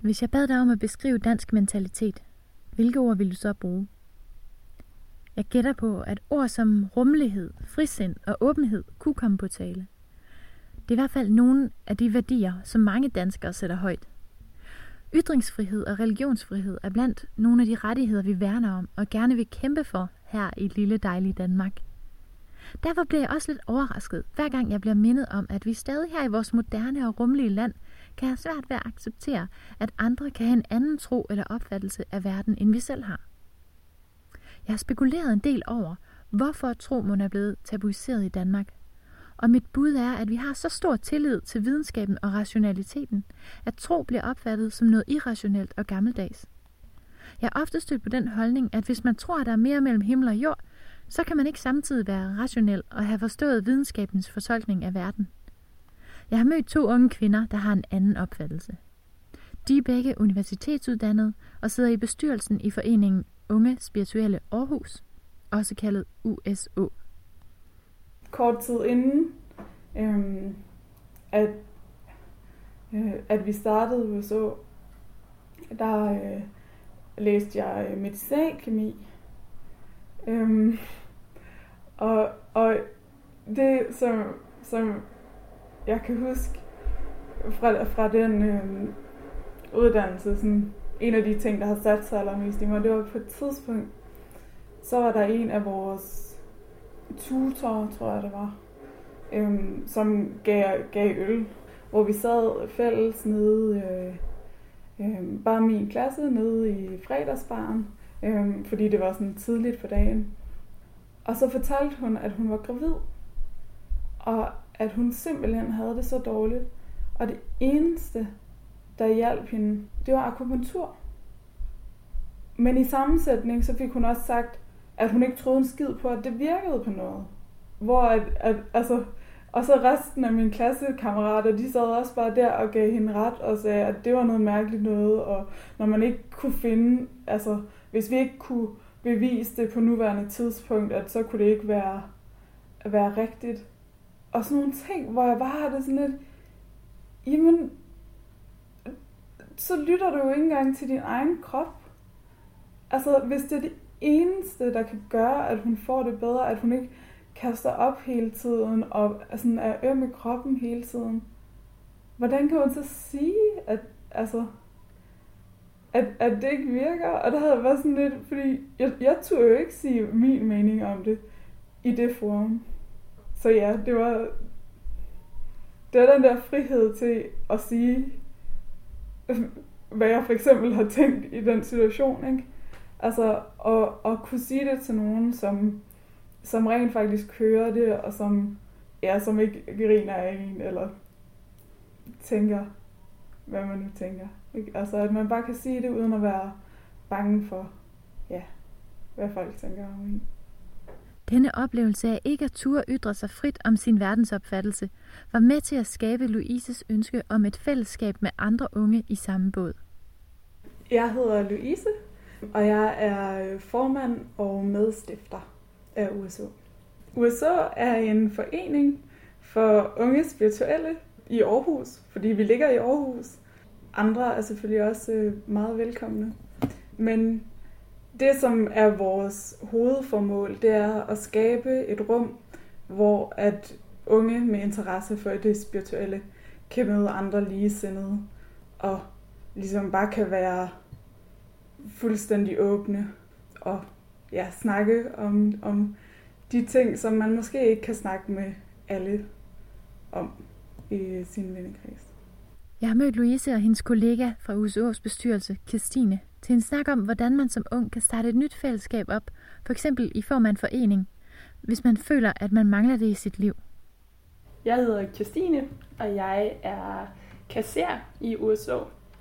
Hvis jeg bad dig om at beskrive dansk mentalitet, hvilke ord ville du så bruge? Jeg gætter på, at ord som rummelighed, frisind og åbenhed kunne komme på tale. Det er i hvert fald nogle af de værdier, som mange danskere sætter højt. Ytringsfrihed og religionsfrihed er blandt nogle af de rettigheder, vi værner om og gerne vil kæmpe for her i et lille dejlige Danmark. Derfor bliver jeg også lidt overrasket, hver gang jeg bliver mindet om, at vi stadig her i vores moderne og rummelige land kan have svært ved at acceptere, at andre kan have en anden tro eller opfattelse af verden, end vi selv har. Jeg har spekuleret en del over, hvorfor tro mon er blevet tabuiseret i Danmark. Og mit bud er, at vi har så stor tillid til videnskaben og rationaliteten, at tro bliver opfattet som noget irrationelt og gammeldags. Jeg har ofte stødt på den holdning, at hvis man tror, at der er mere mellem himmel og jord, så kan man ikke samtidig være rationel og have forstået videnskabens fortolkning af verden. Jeg har mødt 2 unge kvinder, der har en anden opfattelse. De er begge universitetsuddannede og sidder i bestyrelsen i foreningen Unge Spirituelle Aarhus, også kaldet USO. Kort tid inden, at vi startede USO, der læste jeg medicinkemi. Og det, som jeg kan huske fra den uddannelse, sådan en af de ting, der har sat sig allermest i mig, det var på et tidspunkt, så var der en af vores tutorer, tror jeg det var, som gav øl, hvor vi sad fælles nede, bare min klasse, nede i fredagsbaren, fordi det var sådan tidligt på dagen. Og så fortalte hun, at hun var gravid, og at hun simpelthen havde det så dårligt. Og det eneste, der hjalp hende, det var akupunktur. Men i sammensætning, så fik hun også sagt, at hun ikke troede en skid på, at det virkede på noget. Og så resten af mine klassekammerater, de sad også bare der og gav hende ret og sagde, at det var noget mærkeligt noget, og når man ikke kunne finde, altså hvis vi ikke kunne bevise det på nuværende tidspunkt, at så kunne det ikke være rigtigt. Og sådan nogle ting, hvor jeg bare har det sådan lidt, jamen, så lytter du jo ikke engang til din egen krop. Altså, hvis det er det eneste, der kan gøre, at hun får det bedre, at hun ikke kaster op hele tiden, og sådan er øm i kroppen hele tiden, hvordan kan hun så sige, at det ikke virker? Og der havde jeg været sådan lidt, fordi jeg turde jo ikke sige min mening om det i det forum. Så ja, det var den der frihed til at sige, hvad jeg for eksempel har tænkt i den situation, ikke? Altså, at kunne sige det til nogen, som rent faktisk hører det, og som ikke griner af en, eller tænker, hvad man nu tænker. Ikke? Altså, at man bare kan sige det, uden at være bange for, ja, hvad folk tænker om en. Denne oplevelse af ikke at turde ytre sig frit om sin verdensopfattelse, var med til at skabe Louises ønske om et fællesskab med andre unge i samme båd. Jeg hedder Louise, og jeg er formand og medstifter af USO. USO er en forening for unge spirituelle i Aarhus, fordi vi ligger i Aarhus. Andre er selvfølgelig også meget velkomne. Men det, som er vores hovedformål, det er at skabe et rum, hvor at unge med interesse for det spirituelle kan møde andre ligesindede, og ligesom bare kan være fuldstændig åbne og ja, snakke om de ting, som man måske ikke kan snakke med alle om i sin vennekreds. Jeg har mødt Louise og hendes kollega fra USO's bestyrelse, Kirstine, til en snak om, hvordan man som ung kan starte et nyt fællesskab op, for eksempel i form af en forening, hvis man føler, at man mangler det i sit liv. Jeg hedder Kirstine, og jeg er kasserer i USO,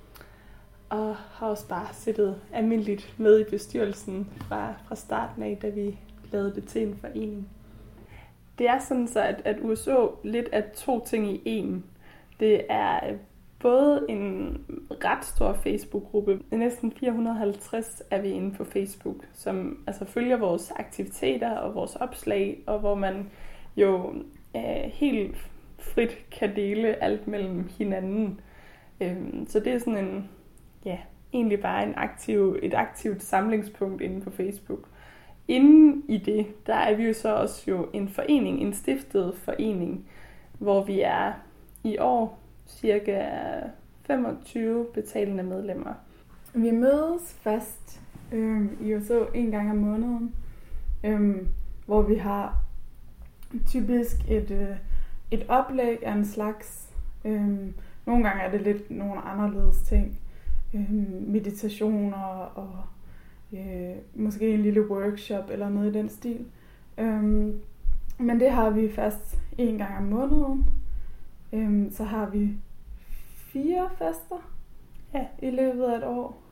og har også bare siddet almindeligt med i bestyrelsen fra starten af, da vi lavede det til en forening. Det er sådan så, at USO lidt er 2 ting i en. Det er både en ret stor Facebook-gruppe, næsten 450 er vi inde på Facebook, som altså følger vores aktiviteter og vores opslag, og hvor man jo helt frit kan dele alt mellem hinanden. Så det er sådan egentlig bare et aktivt samlingspunkt inde på Facebook. Inden i det, der er vi jo så også jo en forening, en stiftet forening, hvor vi er i år cirka 25 betalende medlemmer. Vi mødes fast i USO en gang om måneden, hvor vi har typisk et oplæg af en slags. Nogle gange er det lidt nogle anderledes ting. Meditationer og måske en lille workshop eller noget i den stil. Men det har vi fast en gang om måneden. Så har vi 4 fester i løbet af et år.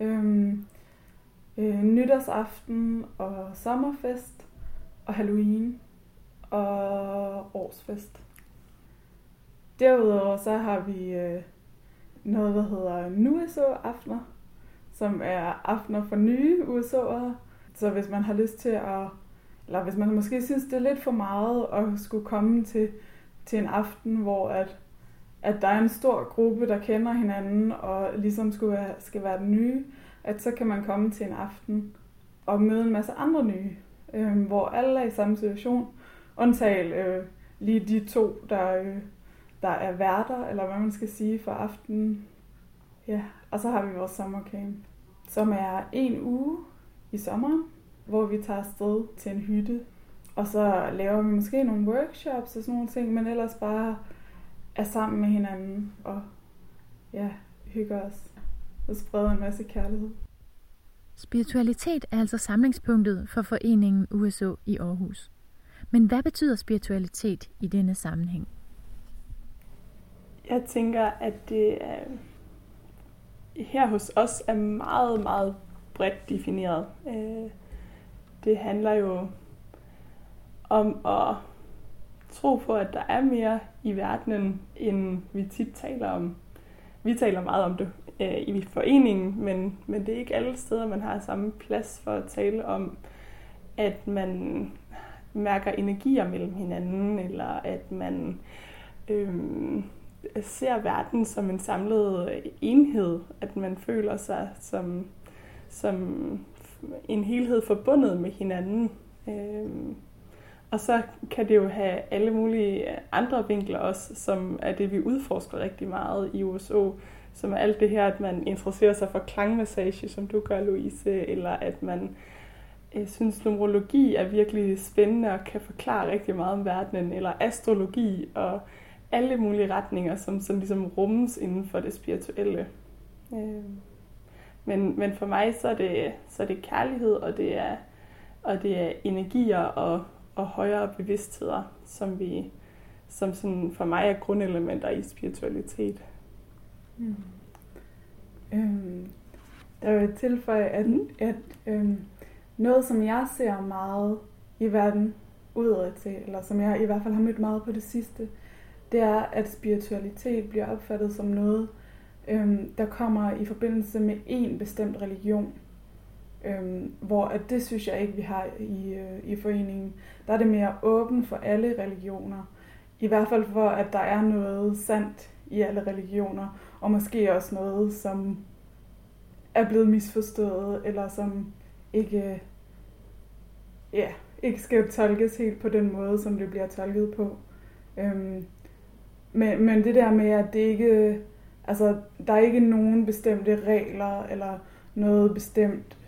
Nytårsaften og sommerfest og Halloween og årsfest. Derudover så har vi noget, der hedder NUSO-aftener, som er aftener for nye USO'ere. Så hvis man har lyst til eller hvis man måske synes, det er lidt for meget at skulle komme til en aften, hvor at der er en stor gruppe, der kender hinanden og ligesom skal være den nye, at så kan man komme til en aften og møde en masse andre nye, hvor alle er i samme situation, undtagen lige de 2, der er værter, eller hvad man skal sige, for aftenen. Ja, og så har vi vores sommercamp, som er 1 uge i sommeren, hvor vi tager afsted til en hytte. Og så laver vi måske nogle workshops og sådan nogle ting, men ellers bare er sammen med hinanden og hygger os og spreder en masse kærlighed. Spiritualitet er altså samlingspunktet for foreningen USO i Aarhus. Men hvad betyder spiritualitet i denne sammenhæng? Jeg tænker, at det her hos os er meget, meget bredt defineret. Det handler jo om at tro på, at der er mere i verdenen, end vi tit taler om. Vi taler meget om det i foreningen, men det er ikke alle steder, man har samme plads for at tale om, at man mærker energier mellem hinanden, eller at man ser verden som en samlet enhed, at man føler sig som en helhed forbundet med hinanden. Og så kan det jo have alle mulige andre vinkler også, som er det, vi udforsker rigtig meget i USO, som er alt det her, at man interesserer sig for klangmassage, som du gør, Louise, eller at man synes, numerologi er virkelig spændende og kan forklare rigtig meget om verdenen, eller astrologi og alle mulige retninger, som ligesom rummes inden for det spirituelle. Men for mig så er det kærlighed, og det er energier og højere bevidstheder, som sådan for mig er grundelementer i spiritualitet. Der vil jeg tilføje, at noget, som jeg ser meget i verden udad til, eller som jeg i hvert fald har mødt meget på det sidste, det er, at spiritualitet bliver opfattet som noget, der kommer i forbindelse med en bestemt religion. Hvor at det synes jeg ikke, vi har i foreningen. Der er det mere åbent for alle religioner. I hvert fald for, at der er noget sandt i alle religioner, og måske også noget, som er blevet misforstået, eller som ikke skal tolkes helt på den måde, som det bliver tolket på. Men det der med, at det ikke, altså, der er ikke nogen bestemte regler, eller noget bestemt,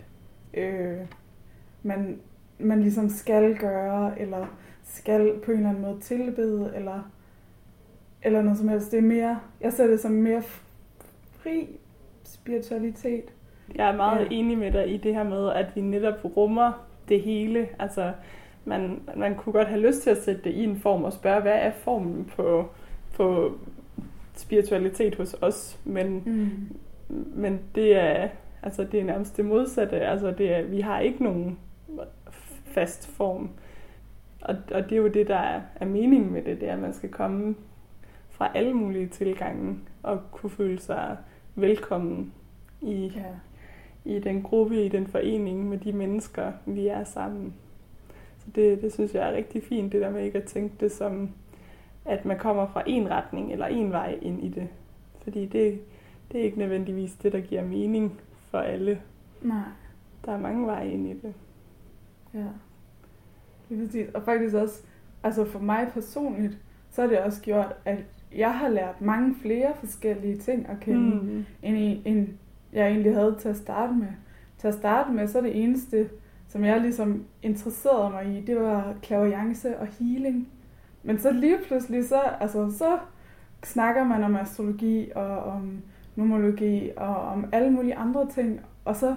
man ligesom skal gøre, eller skal på en eller anden måde tilbede, eller noget som helst. Det er mere, jeg ser det som mere fri spiritualitet. Jeg er meget enig med dig i det her med, at vi netop rummer det hele. Altså, man kunne godt have lyst til at sætte det i en form og spørge, hvad er formen på spiritualitet hos os? Men det er nærmest det modsatte. Altså, vi har ikke nogen fast form. Og det er jo det, der er meningen med det, at man skal komme fra alle mulige tilgange og kunne føle sig velkommen i den gruppe, i den forening med de mennesker, vi er sammen. Så det synes jeg er rigtig fint, det der med ikke at tænke det som, at man kommer fra en retning eller en vej ind i det. Fordi det er ikke nødvendigvis det, der giver mening for alle. Nej. Der er mange veje ind i det. Ja. Det er præcis. Og faktisk også, altså for mig personligt, så har det også gjort, at jeg har lært mange flere forskellige ting at kende, end jeg egentlig havde til at starte med. Til at starte med, så er det eneste, som jeg ligesom interesserede mig i, det var clairvoyance og healing. Men så lige pludselig, så snakker man om astrologi og om numerologi og om alle mulige andre ting. Og så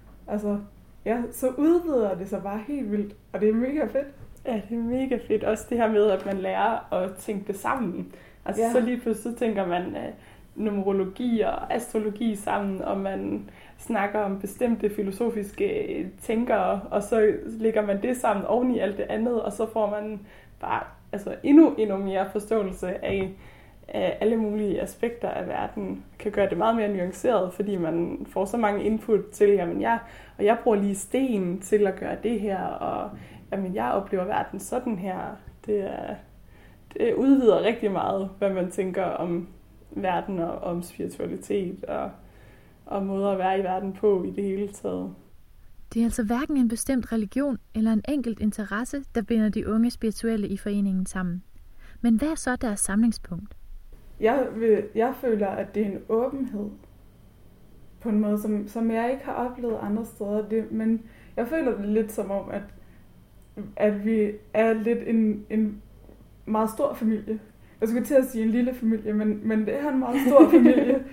udvider det sig bare helt vildt, og det er mega fedt. Ja, det er mega fedt. Også det her med, at man lærer at tænke det sammen. Altså så lige pludselig tænker man numerologi og astrologi sammen, og man snakker om bestemte filosofiske tænkere, og så lægger man det sammen oven i alt det andet, og så får man bare endnu mere forståelse af alle mulige aspekter af verden. Kan gøre det meget mere nuanceret, fordi man får så mange input til, jeg bruger lige sten til at gøre det her, og jeg oplever verden sådan her. Det udvider rigtig meget, hvad man tænker om verden og om spiritualitet og måder at være i verden på i det hele taget. Det er altså hverken en bestemt religion eller en enkelt interesse, der binder de unge spirituelle i foreningen sammen. Men hvad er så deres samlingspunkt? Jeg føler, at det er en åbenhed på en måde, som jeg ikke har oplevet andre steder. Men jeg føler det lidt som om, at vi er lidt en meget stor familie. Jeg skulle til at sige en lille familie, men det er en meget stor familie.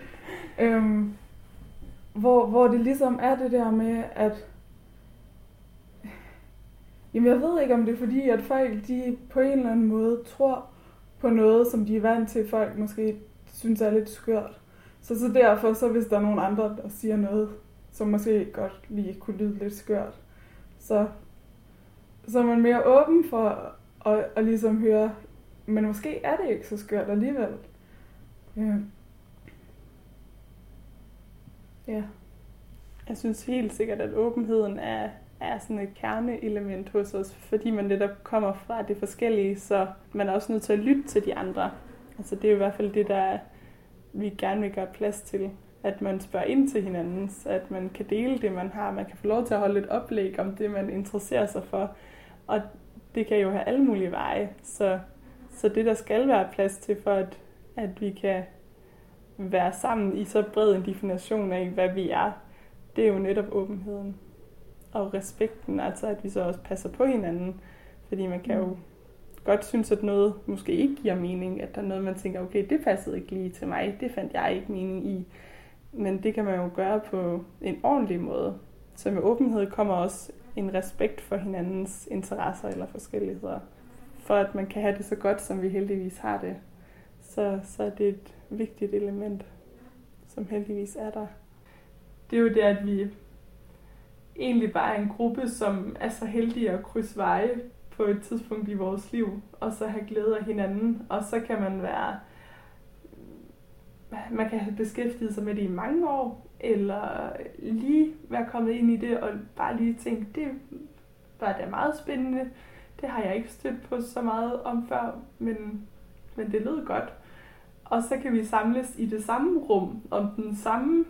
Hvor det ligesom er det der med, at jeg ved ikke, om det er fordi, at folk de på en eller anden måde tror på noget, som de er vant til, folk måske synes er lidt skørt. Så derfor, så hvis der er nogen andre, der siger noget, som måske godt lige kunne lyde lidt skørt, så er man mere åben for at ligesom høre, men måske er det ikke så skørt alligevel. Ja. Jeg synes helt sikkert, at åbenheden er sådan et kerneelement hos os, fordi man netop kommer fra det forskellige, så man er også nødt til at lytte til de andre. Altså det er jo i hvert fald det, der vi gerne vil gøre plads til. At man spørger ind til hinanden, at man kan dele det, man har. Man kan få lov til at holde et oplæg om det, man interesserer sig for. Og det kan jo have alle mulige veje. Så det, der skal være plads til, for at vi kan være sammen i så bred en definition af, hvad vi er, det er jo netop åbenheden og respekten, altså at vi så også passer på hinanden. Fordi man kan jo godt synes, at noget måske ikke giver mening, at der er noget, man tænker, okay, det passede ikke lige til mig, det fandt jeg ikke mening i. Men det kan man jo gøre på en ordentlig måde. Så med åbenhed kommer også en respekt for hinandens interesser eller forskelligheder. For at man kan have det så godt, som vi heldigvis har det, så er det et vigtigt element, som heldigvis er der. Det er jo det, at vi egentlig bare er en gruppe, som er så heldige at krydse veje på et tidspunkt i vores liv, og så have glæde af hinanden, og så kan man kan have beskæftiget sig med det i mange år, eller lige være kommet ind i det, og bare lige tænke, det var da meget spændende, det har jeg ikke stødt på så meget om før, men det lød godt. Og så kan vi samles i det samme rum, om den samme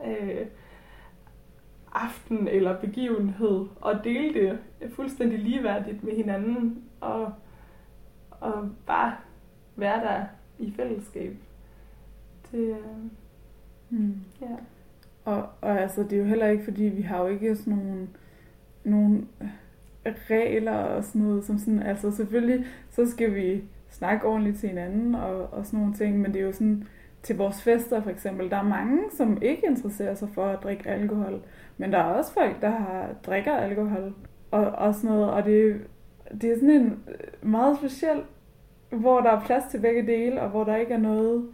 aften eller begivenhed, og dele det fuldstændig ligeværdigt med hinanden, og bare være der i fællesskab. Det, ja. Og altså, det er jo heller ikke, fordi vi har jo ikke sådan nogle regler og sådan noget, som sådan, altså selvfølgelig, så skal vi snakke ordentligt til hinanden og sådan nogle ting, men det er jo sådan, til vores fester for eksempel, der er mange, som ikke interesserer sig for at drikke alkohol, men der er også folk, der drikker alkohol og sådan noget, og det er sådan en meget speciel, hvor der er plads til begge dele, og hvor der ikke er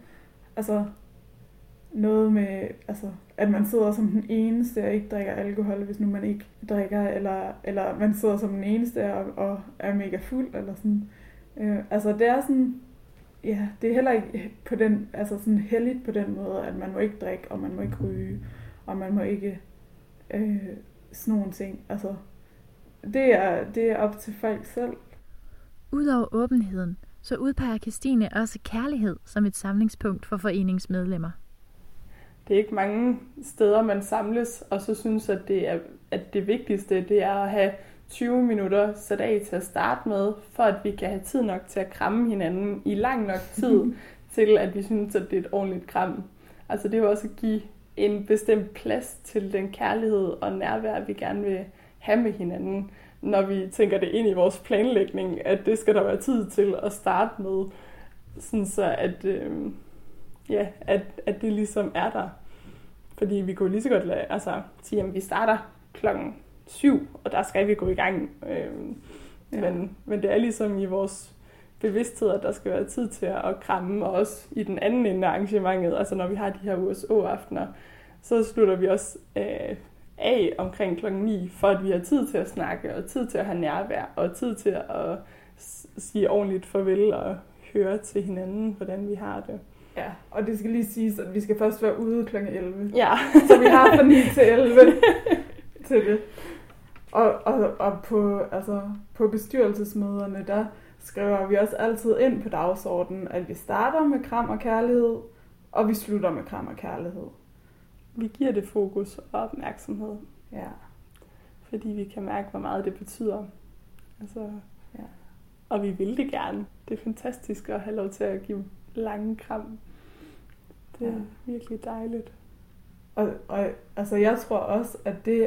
noget med, at man sidder som den eneste og ikke drikker alkohol, hvis nu man ikke drikker, eller man sidder som den eneste og er mega fuld, eller sådan. Det er sådan, ja, det er heller ikke på den, sådan helligt på den måde, at man må ikke drikke, og man må ikke ryge, og man må ikke sådan nogle ting. Altså, det er op til folk selv. Udover åbenheden, så udpeger Kirstine også kærlighed som et samlingspunkt for foreningsmedlemmer. det er ikke mange steder, man samles, og så synes, at det vigtigste, det er at have 20 minutter sat af til at starte med, for at vi kan have tid nok til at kramme hinanden i lang nok tid, til at vi synes, at det er et ordentligt kram. Altså det er jo også at give en bestemt plads til den kærlighed og nærvær, vi gerne vil have med hinanden, når vi tænker det ind i vores planlægning, at det skal der være tid til at starte med, sådan så at det ligesom er der. Fordi vi kunne lige så godt sige, at vi starter 7:00, og der skal vi gå i gang. Men det er ligesom i vores bevidsthed, at der skal være tid til at kramme, og også i den anden ende af arrangementet, altså når vi har de her USO-aftener, så slutter vi også af omkring 9:00, for at vi har tid til at snakke, og tid til at have nærvær, og tid til at sige ordentligt farvel og høre til hinanden, hvordan vi har det. Ja, og det skal lige siges, at vi skal først være ude kl. 11. Ja. Så vi har fra 9 til 11 til det. Og på bestyrelsesmøderne, der skriver vi også altid ind på dagsordenen, at vi starter med kram og kærlighed, og vi slutter med kram og kærlighed. Vi giver det fokus og opmærksomhed. Ja. Fordi vi kan mærke, hvor meget det betyder. Altså, ja. Og vi vil det gerne. Det er fantastisk at have lov til at give lange kram. Det er virkelig dejligt. Og altså, jeg tror også, at det,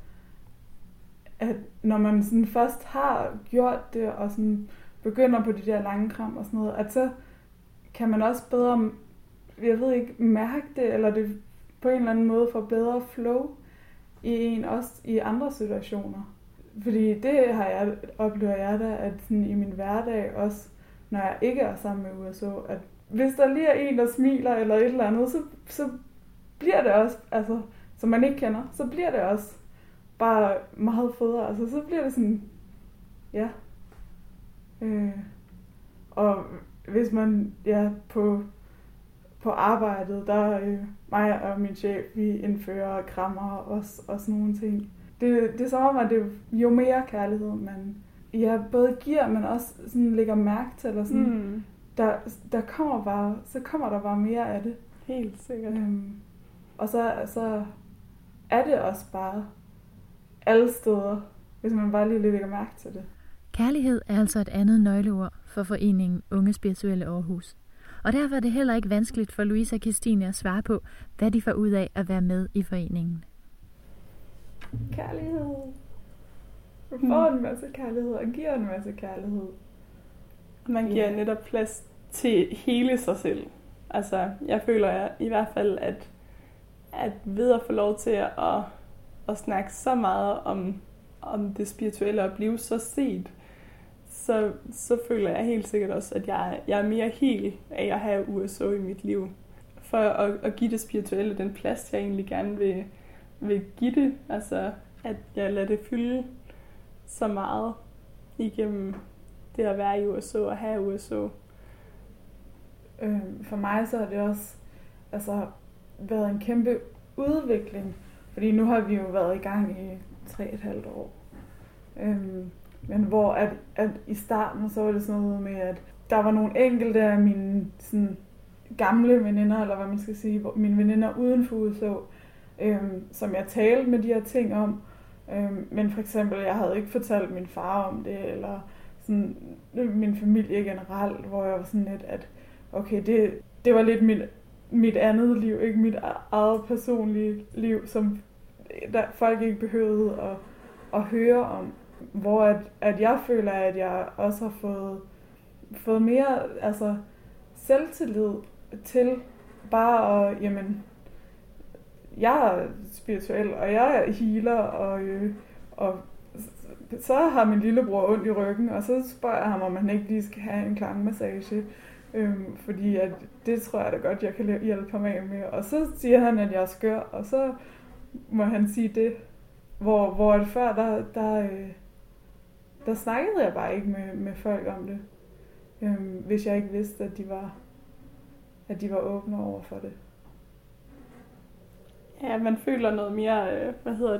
at når man sådan først har gjort det, og sådan begynder på de der lange kram og sådan noget, at så kan man også bedre, jeg ved ikke, mærke det, eller det på en eller anden måde får bedre flow i en, også i andre situationer. Fordi det oplever jeg da, at sådan i min hverdag også, når jeg ikke er sammen med USO, at hvis der lige er en, der smiler eller et eller andet, så bliver det også, altså, som man ikke kender, så bliver det også bare meget federe. Altså, så bliver det sådan, ja. Og hvis man, på arbejdet, der mig og min chef, vi indfører krammer og sådan nogle ting. Det er som om, at det jo mere kærlighed, man både giver, men også sådan lægger mærke til, eller sådan, der kommer der bare mere af det. Helt sikkert. Og så er det også bare alle steder, hvis man bare lige lægger mærke til det. Kærlighed er altså et andet nøgleord for foreningen Unge Spirituelle Aarhus. Og derfor er det heller ikke vanskeligt for Louise og Kirstine at svare på, hvad de får ud af at være med i foreningen. Kærlighed. Du får en masse kærlighed og giver en masse kærlighed. Man giver netop plads til hele sig selv. Altså, jeg føler i hvert fald, at ved at få lov til at snakke så meget om det spirituelle og blive så set, så føler jeg helt sikkert også, at jeg er mere hel af at have USO i mit liv. For at give det spirituelle den plads, jeg egentlig gerne vil give det. Altså, at jeg lader det fylde så meget igennem det at være i USO og have USO. For mig så har det også været en kæmpe udvikling. Fordi nu har vi jo været i gang i 3,5 år. Men hvor at i starten så var det sådan noget med, at der var nogle enkelte af mine sådan, gamle veninder, eller hvad man skal sige, mine veninder uden for USO, som jeg talte med de her ting om. Men for eksempel, jeg havde ikke fortalt min far om det, eller sådan, min familie generelt, hvor jeg var sådan lidt, at okay, det var lidt mit andet liv, ikke mit eget personlige liv, som der folk ikke behøvede at høre om. Hvor at jeg føler, at jeg også har fået mere selvtillid til bare at, jeg er spirituel, og jeg er healer, og så har min lillebror ondt i ryggen, og så spørger jeg ham, om han ikke lige skal have en klangmassage, fordi at det tror jeg da godt, jeg kan hjælpe ham af med. Og så siger han, at jeg er skør, og så må han sige det. Hvor før, der snakkede jeg bare ikke med folk om det, hvis jeg ikke vidste, at de var åbne over for det. Ja, man føler noget mere,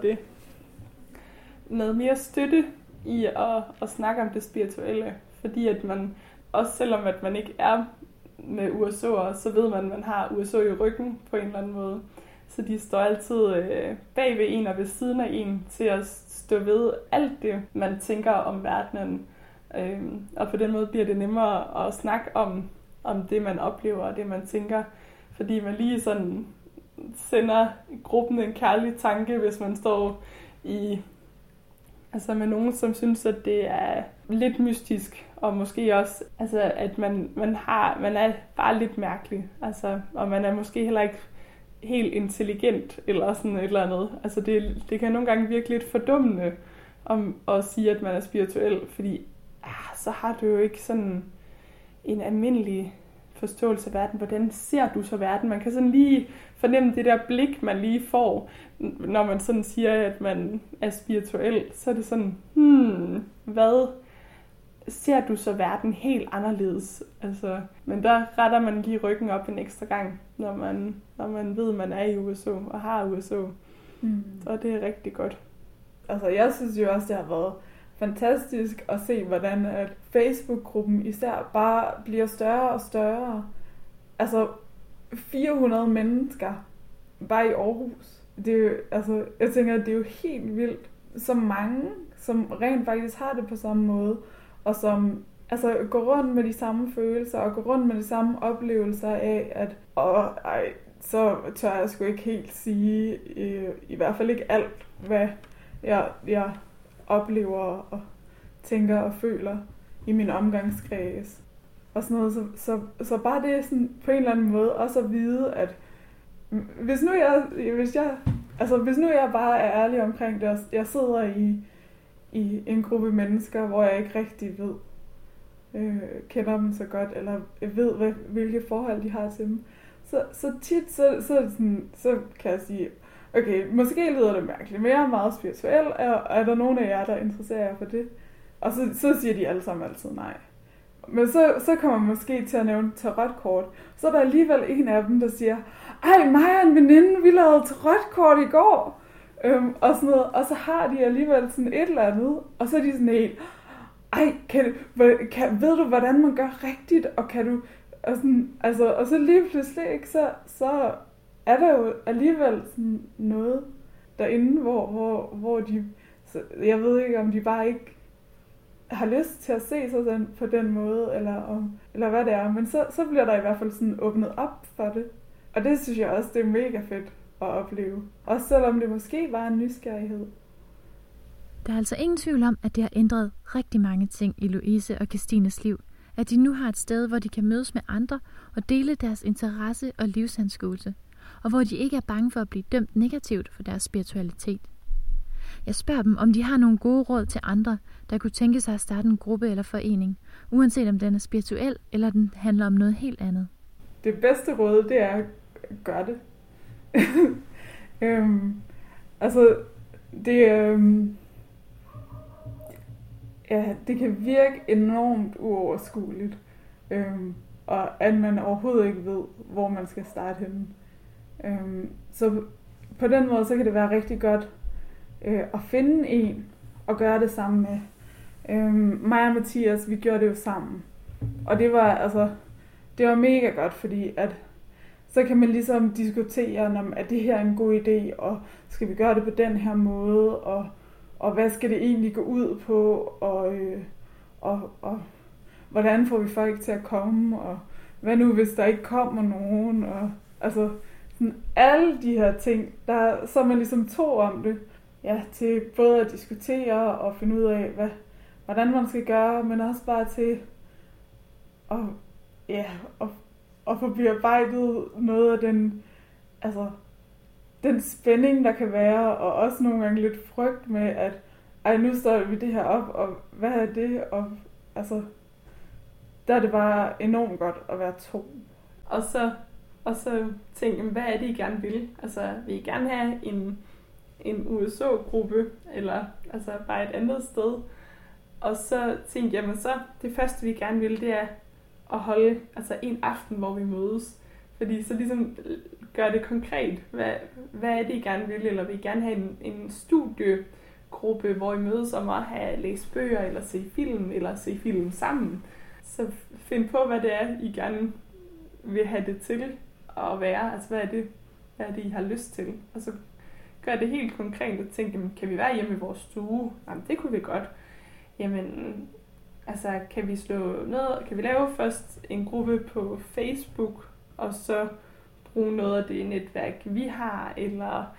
noget mere støtte i at snakke om det spirituelle, fordi at man, også selvom at man ikke er med USO'er, så ved man, at man har USO i ryggen på en eller anden måde. Så de står altid bag ved en og ved siden af en til at stå ved alt det, man tænker om verdenen. Og på den måde bliver det nemmere at snakke om det, man oplever og det, man tænker. Fordi man lige sådan sender gruppen en kærlig tanke, hvis man står med nogen, som synes, at det er lidt mystisk, og måske også, at man er bare lidt mærkelig, og man er måske heller ikke helt intelligent, eller sådan et eller andet. Det kan nogle gange virke lidt fordummende om at sige, at man er spirituel, fordi så har du jo ikke sådan en almindelig forståelse af verden. Hvordan ser du så verden? Man kan sådan lige fornemme det der blik, man lige får, når man sådan siger, at man er spirituel. Så er det sådan, hvad ser du så verden helt anderledes? Men der retter man lige ryggen op en ekstra gang, når man ved, at man er i USO og har USO. Så det er rigtig godt. Jeg synes jo også, det har været fantastisk at se, hvordan at Facebook-gruppen især bare bliver større og større. 400 mennesker bare i Aarhus. Det er jo, jeg tænker, at det er jo helt vildt. Så mange, som rent faktisk har det på samme måde, og som går rundt med de samme følelser, og går rundt med de samme oplevelser af, at så tør jeg sgu ikke helt sige, i hvert fald ikke alt, hvad jeg oplever og tænker og føler i min omgangskreds. Og sådan noget. Så bare det sådan på en eller anden måde også at vide, at hvis nu jeg bare er ærlig omkring det, og jeg sidder i en gruppe mennesker, hvor jeg ikke rigtig ved, kender dem så godt, eller ved, hvilke forhold de har til dem, så tit, så kan jeg sige, okay, måske lyder det mærkeligt, men jeg er meget spirituel, og er der nogen af jer, der interesserer jer for det? Og så siger de alle sammen altid nej. Men så kommer man måske til at nævne tarotkort. Så er der alligevel en af dem, der siger, ej, mig og en veninde, vi lavede tarotkort i går. Og sådan noget. Og så har de alligevel sådan et eller andet, og så er de sådan helt, ej, ved du, hvordan man gør rigtigt, og kan du, og så lige pludselig, ikke, så er der jo alligevel sådan noget derinde, hvor de, jeg ved ikke, om de bare ikke har lyst til at se sig på den måde, eller hvad det er, men så bliver der i hvert fald sådan åbnet op for det. Og det synes jeg også, det er mega fedt at opleve. Også selvom det måske var en nysgerrighed. Der er altså ingen tvivl om, at det har ændret rigtig mange ting i Louise og Kirstines liv. At de nu har et sted, hvor de kan mødes med andre og dele deres interesse og livsanskuelse. Og hvor de ikke er bange for at blive dømt negativt for deres spiritualitet. Jeg spørger dem, om de har nogle gode råd til andre, der kunne tænke sig at starte en gruppe eller forening, uanset om den er spirituel eller den handler om noget helt andet. Det bedste råd, det er at gøre det. Det kan virke enormt uoverskueligt, og at man overhovedet ikke ved, hvor man skal starte henne. Så på den måde, så kan det være rigtig godt at finde en og gøre det sammen med. Mig og Mathias, vi gjorde det jo sammen. Og det var mega godt, fordi at så kan man ligesom diskutere, om er det her en god idé, og skal vi gøre det på den her måde, og hvad skal det egentlig gå ud på, og hvordan får vi folk til at komme, og hvad nu hvis der ikke kommer nogen, og sådan alle de her ting, så er man ligesom to om det, ja, til både at diskutere og finde ud af, hvordan man skal gøre, men også bare til at få bearbejdet noget af den spænding, der kan være, og også nogle gange lidt frygt med, at nu står vi det her op, og hvad er det? Og der er det bare enormt godt at være to. Og så tænke, hvad er det, I gerne vil? Vil I gerne have en USO-gruppe, eller bare et andet sted? Og så tænkte jeg, så det første, vi gerne vil, det er at holde en aften, hvor vi mødes. Fordi så ligesom gør det konkret. Hvad er det, I gerne vil? Eller vil I gerne have en studiegruppe, hvor I mødes om at have læst bøger, eller se film sammen? Så find på, hvad det er, I gerne vil have det til at være. Hvad hvad er det, I har lyst til? Og så gør det helt konkret og tænke, kan vi være hjemme i vores stue? Jamen, det kunne vi godt. Jamen, altså, kan vi lave først en gruppe på Facebook, og så bruge noget af det netværk, vi har, eller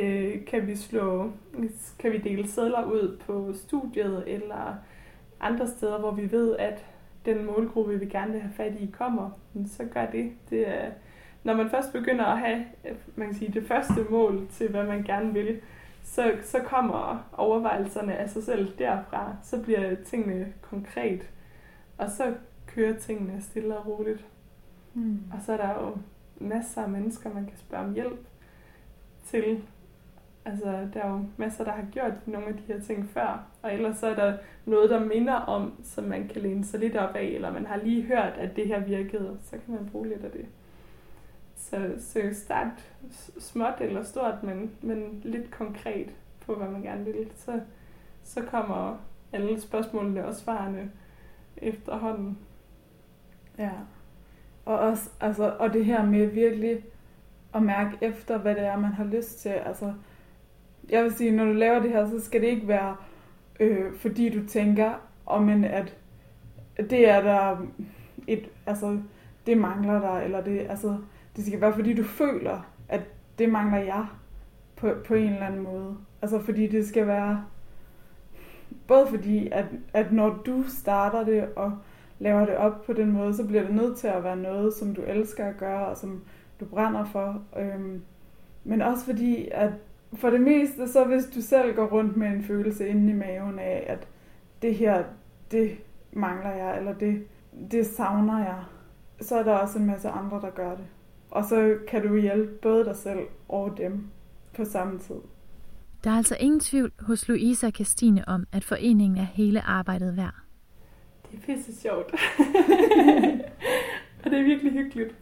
kan vi dele sedler ud på studiet, eller andre steder, hvor vi ved, at den målgruppe, vi gerne vil have fat i, kommer, så gør det. Det er, når man først begynder at have, man kan sige, det første mål til, hvad man gerne vil, så kommer overvejelserne af sig selv derfra. Så bliver tingene konkret, og så kører tingene stille og roligt. Og så er der jo masser af mennesker, man kan spørge om hjælp til. Altså, der er jo masser, der har gjort nogle af de her ting før, og ellers så er der noget, der minder om, som man kan læne sig lidt op af, eller man har lige hørt, at det her virkede, så kan man bruge lidt af det. Så start småt eller stort, men lidt konkret på, hvad man gerne vil. Så kommer alle spørgsmålene og svarene efterhånden. Ja. Og også, altså, og det her med virkelig at mærke efter, hvad det er, man har lyst til. Altså, jeg vil sige, når du laver det her, så skal det ikke være, fordi du tænker, at det er der det mangler der, eller det skal være, fordi du føler, at det mangler jeg på en eller anden måde. Altså, fordi det skal være, både fordi, at når du starter det og laver det op på den måde, så bliver det nødt til at være noget, som du elsker at gøre, og som du brænder for. Men også fordi, at for det meste, så hvis du selv går rundt med en følelse inde i maven af, at det her, det mangler jeg, eller det savner jeg, så er der også en masse andre, der gør det. Og så kan du hjælpe både dig selv og dem på samme tid. Der er altså ingen tvivl hos Louise og Kirstine om, at foreningen er hele arbejdet værd. Det er pisse sjovt. Og det er virkelig hyggeligt.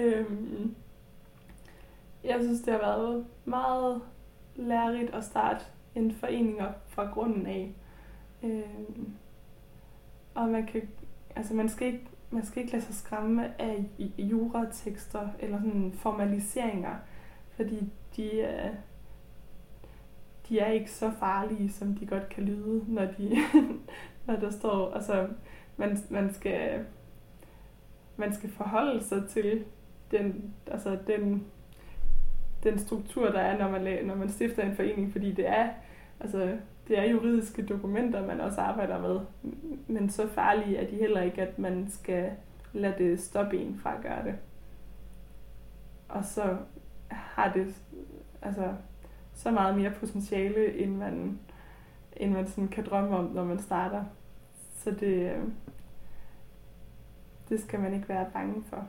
Jeg synes, det har været meget lærerigt at starte en forening op fra grunden af. Og man skal ikke lade sig skræmme af juratekster eller sådan formaliseringer, fordi de er ikke så farlige, som de godt kan lyde, når der står, altså man skal forholde sig til den struktur, der er, når man stifter en forening, fordi det er juridiske dokumenter, man også arbejder med, men så farlige er de heller ikke, at man skal lade det stoppe en fra at gøre det. Og så har det så meget mere potentiale, end man sådan kan drømme om, når man starter. Så det skal man ikke være bange for.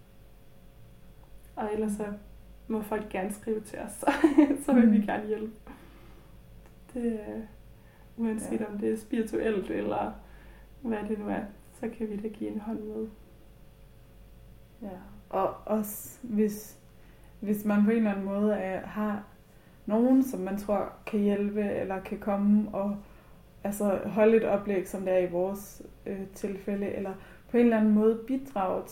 Og ellers så må folk gerne skrive til os, så vil vi gerne hjælpe. Det uanset om det er spirituelt, eller hvad det nu er, så kan vi da give en hånd med. Ja, og også hvis man på en eller anden måde har nogen, som man tror kan hjælpe, eller kan komme og holde et oplæg, som det er i vores tilfælde, eller på en eller anden måde bidrage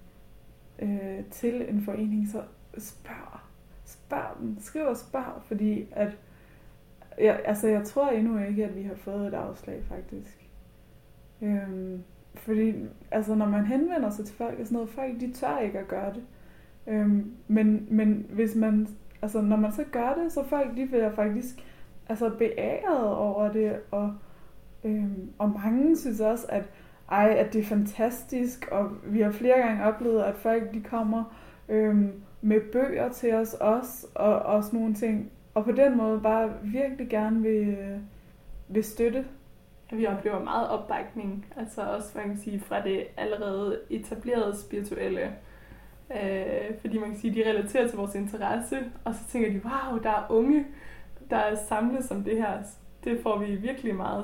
til en forening, så spørg dem. Skriv og spørg, fordi at jeg tror endnu ikke, at vi har fået et afslag, faktisk. Fordi når man henvender sig til folk og sådan noget, folk de tør ikke at gøre det. Men hvis man, når man så gør det, så folk de bliver faktisk beæret over det, og mange synes også, at det er fantastisk, og vi har flere gange oplevet, at folk de kommer med bøger til os også, og sådan nogle ting, og på den måde bare virkelig gerne vil støtte. Vi oplever meget opbakning, også man kan sige, fra det allerede etablerede spirituelle, fordi man kan sige, de relaterer til vores interesse, og så tænker de, wow, der er unge, der er samlet om det her. Det får vi virkelig meget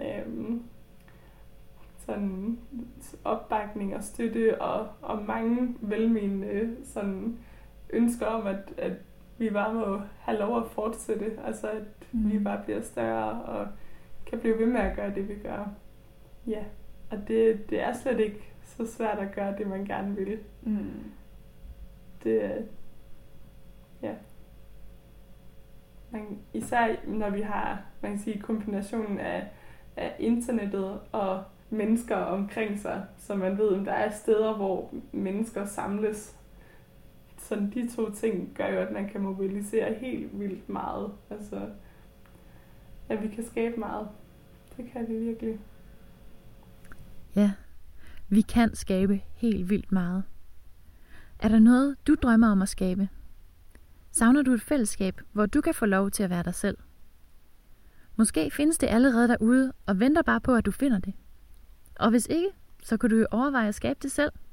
sådan opbakning og støtte, og mange velmenende sådan ønsker om, at vi bare må have lov at fortsætte, at vi bare bliver større og kan blive ved med at gøre det, vi gør. Ja, og det er slet ikke så svært at gøre det, man gerne vil. Det Ja. Især når vi har, man kan sige, kombinationen af internettet og mennesker omkring sig, så man ved, at der er steder, hvor mennesker samles. Sådan de to ting gør jo, at man kan mobilisere helt vildt meget. Altså, at vi kan skabe meget. Det kan vi virkelig. Ja, vi kan skabe helt vildt meget. Er der noget, du drømmer om at skabe? Savner du et fællesskab, hvor du kan få lov til at være dig selv? Måske findes det allerede derude og venter bare på, at du finder det. Og hvis ikke, så kan du jo overveje at skabe det selv.